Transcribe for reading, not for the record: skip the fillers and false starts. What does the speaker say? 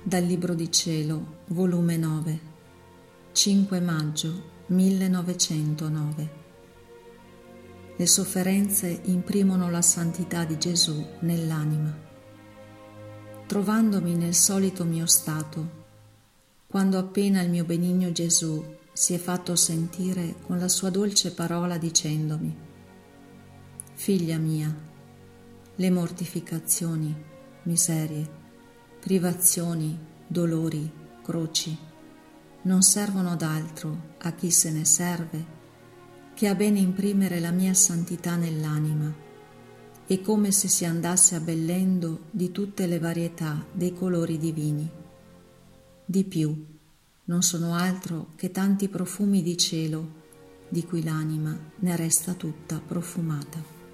Dal Libro di Cielo, volume 9, 5 maggio 1909. Le sofferenze imprimono la santità di Gesù nell'anima. Trovandomi nel solito mio stato, quando appena il mio benigno Gesù si è fatto sentire con la sua dolce parola dicendomi: «Figlia mia, le mortificazioni, miserie, privazioni, dolori, croci non servono ad altro a chi se ne serve che a bene imprimere la mia santità nell'anima, e come se si andasse abbellendo di tutte le varietà dei colori divini. Di più, non sono altro che tanti profumi di cielo di cui l'anima ne resta tutta profumata».